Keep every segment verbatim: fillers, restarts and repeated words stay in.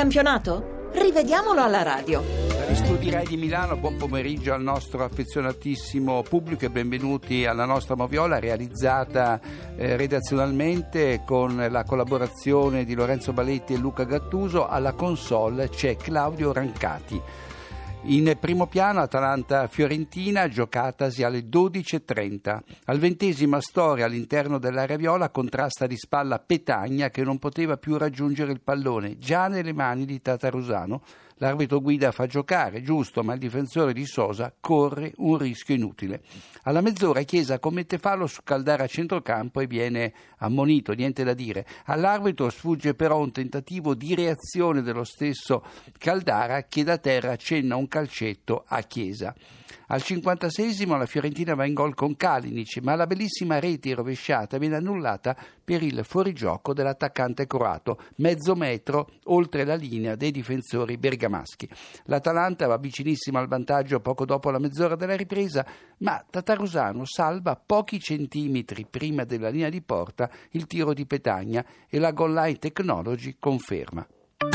campionato? Rivediamolo alla radio. Dagli studi Rai di Milano, buon pomeriggio al nostro affezionatissimo pubblico e benvenuti alla nostra moviola realizzata eh, redazionalmente con la collaborazione di Lorenzo Baletti e Luca Gattuso. Alla console c'è Claudio Rancati. In primo piano Atalanta-Fiorentina, giocatasi alle dodici e trenta. Al ventesimo Astoria all'interno dell'area viola contrasta di spalla Petagna che non poteva più raggiungere il pallone, già nelle mani di Tatarusano. L'arbitro guida fa giocare, giusto, ma il difensore di Sosa corre un rischio inutile. Alla mezz'ora Chiesa commette fallo su Caldara a centrocampo e viene ammonito, niente da dire. All'arbitro sfugge però un tentativo di reazione dello stesso Caldara che da terra accenna un calcetto a Chiesa. Al cinquantaseiesimo la Fiorentina va in gol con Kalinic, ma la bellissima rete rovesciata viene annullata per il fuorigioco dell'attaccante croato, mezzo metro oltre la linea dei difensori bergamaschi. L'Atalanta va vicinissima al vantaggio poco dopo la mezz'ora della ripresa, ma Tatarusano salva pochi centimetri prima della linea di porta il tiro di Petagna e la Goal Line Technology conferma.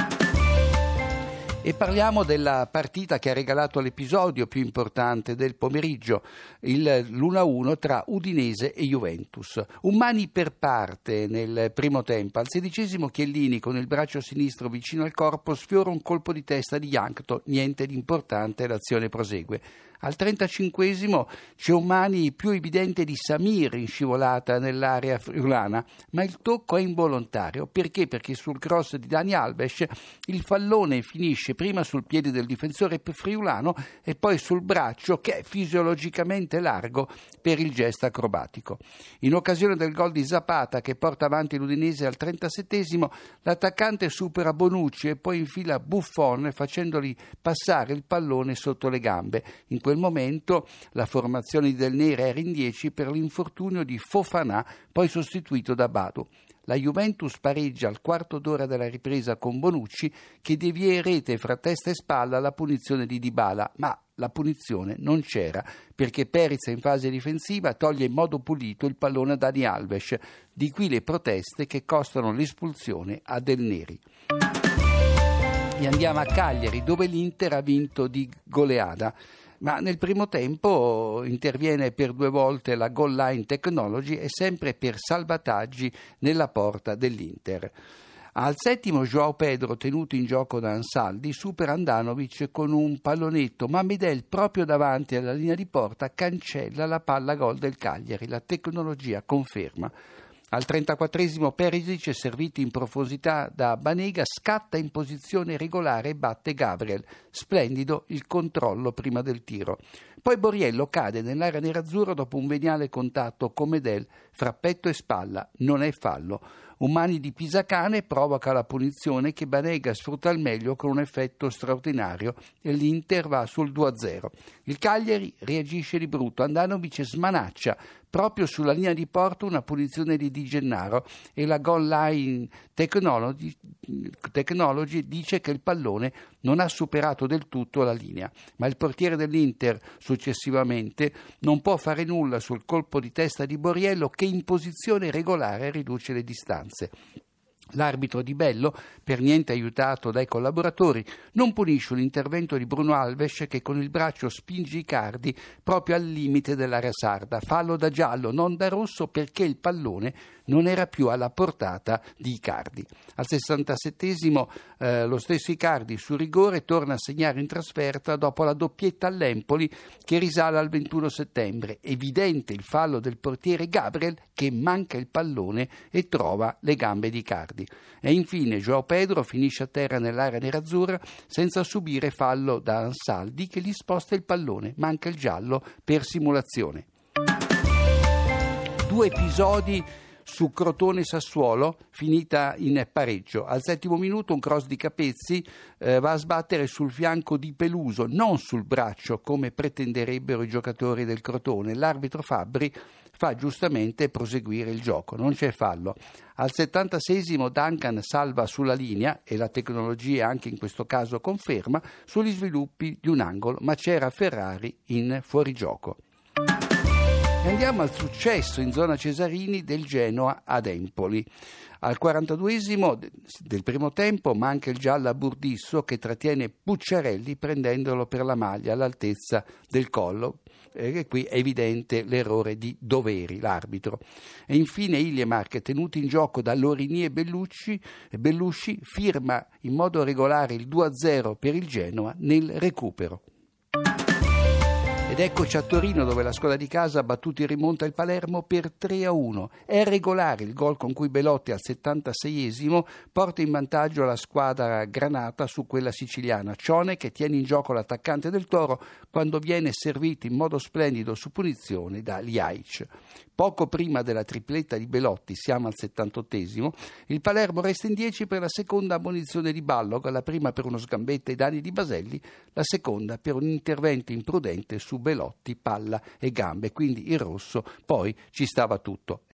E parliamo della partita che ha regalato l'episodio più importante del pomeriggio, il, l'uno a uno tra Udinese e Juventus. Un mani per parte nel primo tempo. Al sedicesimo Chiellini con il braccio sinistro vicino al corpo sfiora un colpo di testa di Jankto, niente di importante, l'azione prosegue. Al trentacinquesimo c'è un mani più evidente di Samir in scivolata nell'area friulana, ma il tocco è involontario. Perché? Perché sul cross di Dani Alves il fallone finisce prima sul piede del difensore friulano e poi sul braccio che è fisiologicamente largo per il gesto acrobatico. In occasione del gol di Zapata che porta avanti l'Udinese al trentasettesimo, l'attaccante supera Bonucci e poi infila Buffon facendogli passare il pallone sotto le gambe. In In quel momento la formazione di Del Neri era in dieci per l'infortunio di Fofana, poi sostituito da Badu. La Juventus pareggia al quarto d'ora della ripresa con Bonucci che devia in rete fra testa e spalla la punizione di Dybala, ma la punizione non c'era perché Perica in fase difensiva toglie in modo pulito il pallone a Dani Alves. Di qui le proteste che costano l'espulsione a Del Neri. E andiamo a Cagliari dove l'Inter ha vinto di goleada. Ma nel primo tempo interviene per due volte la Goal Line Technology e sempre per salvataggi nella porta dell'Inter. Al settimo João Pedro, tenuto in gioco da Ansaldi, supera Andanovic con un pallonetto, ma Medel proprio davanti alla linea di porta cancella la palla gol del Cagliari. La tecnologia conferma. Al trentaquattresimo Perisic, servito in profondità da Banega, scatta in posizione regolare e batte Gabriel. Splendido il controllo prima del tiro. Poi Borriello cade nell'area nerazzurra dopo un veniale contatto con Medel fra petto e spalla. Non è fallo. Un mani di Pisacane provoca la punizione che Banega sfrutta al meglio con un effetto straordinario e l'Inter va sul due a zero. Il Cagliari reagisce di brutto. Andanovic smanaccia proprio sulla linea di porta una punizione di Di Gennaro e la Goal Line Technology, Technology dice che il pallone non ha superato del tutto la linea, ma il portiere dell'Inter successivamente non può fare nulla sul colpo di testa di Borriello che in posizione regolare riduce le distanze. L'arbitro Di Bello, per niente aiutato dai collaboratori, non punisce un intervento di Bruno Alves che con il braccio spinge Icardi proprio al limite dell'area sarda. Fallo da giallo, non da rosso, perché il pallone non era più alla portata di Icardi. Al sessantasettesimo eh, lo stesso Icardi su rigore torna a segnare in trasferta dopo la doppietta all'Empoli che risale al ventuno settembre. Evidente il fallo del portiere Gabriel che manca il pallone e trova le gambe di Icardi. E infine João Pedro finisce a terra nell'area nerazzurra senza subire fallo da Ansaldi che gli sposta il pallone, manca il giallo per simulazione. Due episodi su Crotone-Sassuolo, finita in pareggio. Al settimo minuto un cross di Capezzi eh, va a sbattere sul fianco di Peluso, non sul braccio come pretenderebbero i giocatori del Crotone. L'arbitro Fabbri fa giustamente proseguire il gioco, non c'è fallo. Al settantaseiesimo Duncan salva sulla linea, e la tecnologia anche in questo caso conferma, sugli sviluppi di un angolo, ma c'era Ferrari in fuorigioco. E andiamo al successo in zona Cesarini del Genoa ad Empoli. Al quarantaduesimo del primo tempo manca il giallo a Burdisso che trattiene Pucciarelli prendendolo per la maglia all'altezza del collo. E qui è evidente l'errore di Doveri, l'arbitro. E infine Iliemar, che tenuti in gioco da Lorini e Bellucci, Bellusci, firma in modo regolare il due a zero per il Genoa nel recupero. Ed eccoci a Torino, dove la squadra di casa ha battuto in rimonta il Palermo per tre a uno. È regolare il gol con cui Belotti al settantaseiesimo porta in vantaggio la squadra granata su quella siciliana. Cione che tiene in gioco l'attaccante del Toro quando viene servito in modo splendido su punizione da Ljajic. Poco prima della tripletta di Belotti, siamo al settantottesimo, il Palermo resta in dieci per la seconda ammonizione di Ballog, la prima per uno sgambetto ai danni di Baselli, la seconda per un intervento imprudente su Belotti, palla e gambe, quindi il rosso, poi ci stava tutto.